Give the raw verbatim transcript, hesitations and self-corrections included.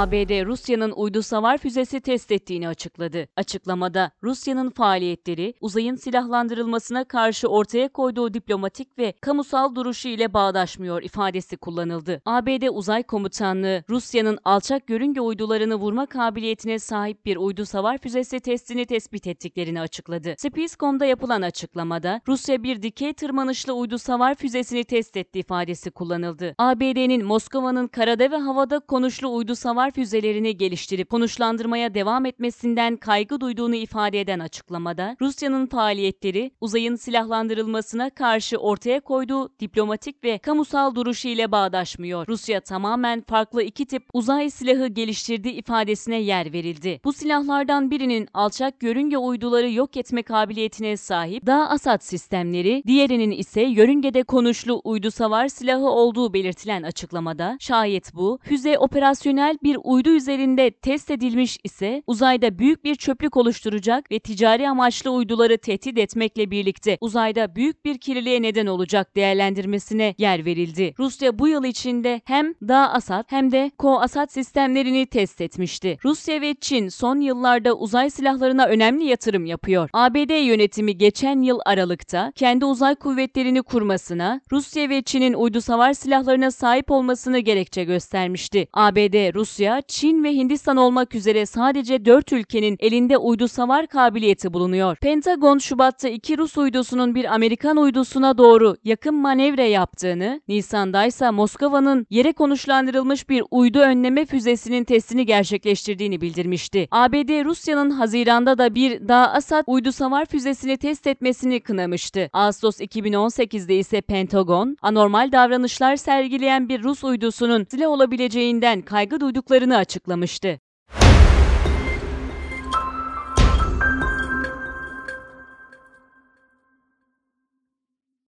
A B D, Rusya'nın uydu savar füzesi test ettiğini açıkladı. Açıklamada, Rusya'nın faaliyetleri, uzayın silahlandırılmasına karşı ortaya koyduğu diplomatik ve kamusal duruşu ile bağdaşmıyor ifadesi kullanıldı. A B D Uzay Komutanlığı, Rusya'nın alçak yörünge uydularını vurma kabiliyetine sahip bir uydu savar füzesi testini tespit ettiklerini açıkladı. Space nokta com'da yapılan açıklamada, Rusya bir dikey tırmanışlı uydu savar füzesini test etti ifadesi kullanıldı. A B D'nin Moskova'nın karada ve havada konuşlu uydu savar füzelerini geliştirip konuşlandırmaya devam etmesinden kaygı duyduğunu ifade eden açıklamada, Rusya'nın faaliyetleri, uzayın silahlandırılmasına karşı ortaya koyduğu diplomatik ve kamusal duruşu ile bağdaşmıyor. Rusya tamamen farklı iki tip uzay silahı geliştirdiği ifadesine yer verildi. Bu silahlardan birinin alçak yörünge uyduları yok etme kabiliyetine sahip Dağ Asad sistemleri, diğerinin ise yörüngede konuşlu uydu savar silahı olduğu belirtilen açıklamada, şayet bu füze operasyonel bir uydu üzerinde test edilmiş ise uzayda büyük bir çöplük oluşturacak ve ticari amaçlı uyduları tehdit etmekle birlikte uzayda büyük bir kirliliğe neden olacak değerlendirmesine yer verildi. Rusya bu yıl içinde hem Dağ Asad hem de Ko Asad sistemlerini test etmişti. Rusya ve Çin son yıllarda uzay silahlarına önemli yatırım yapıyor. A B D yönetimi geçen yıl Aralık'ta kendi uzay kuvvetlerini kurmasına, Rusya ve Çin'in uydu savar silahlarına sahip olmasını gerekçe göstermişti. A B D, Rusya, Çin ve Hindistan olmak üzere sadece dört ülkenin elinde uydu savar kabiliyeti bulunuyor. Pentagon, Şubat'ta iki Rus uydusunun bir Amerikan uydusuna doğru yakın manevra yaptığını, Nisan'da ise Moskova'nın yere konuşlandırılmış bir uydu önleme füzesinin testini gerçekleştirdiğini bildirmişti. A B D, Rusya'nın Haziran'da da bir Dağ Asad uydu savar füzesini test etmesini kınamıştı. Ağustos iki bin on sekizde ise Pentagon, anormal davranışlar sergileyen bir Rus uydusunun silah olabileceğinden kaygı duyduklarını açıklamıştı.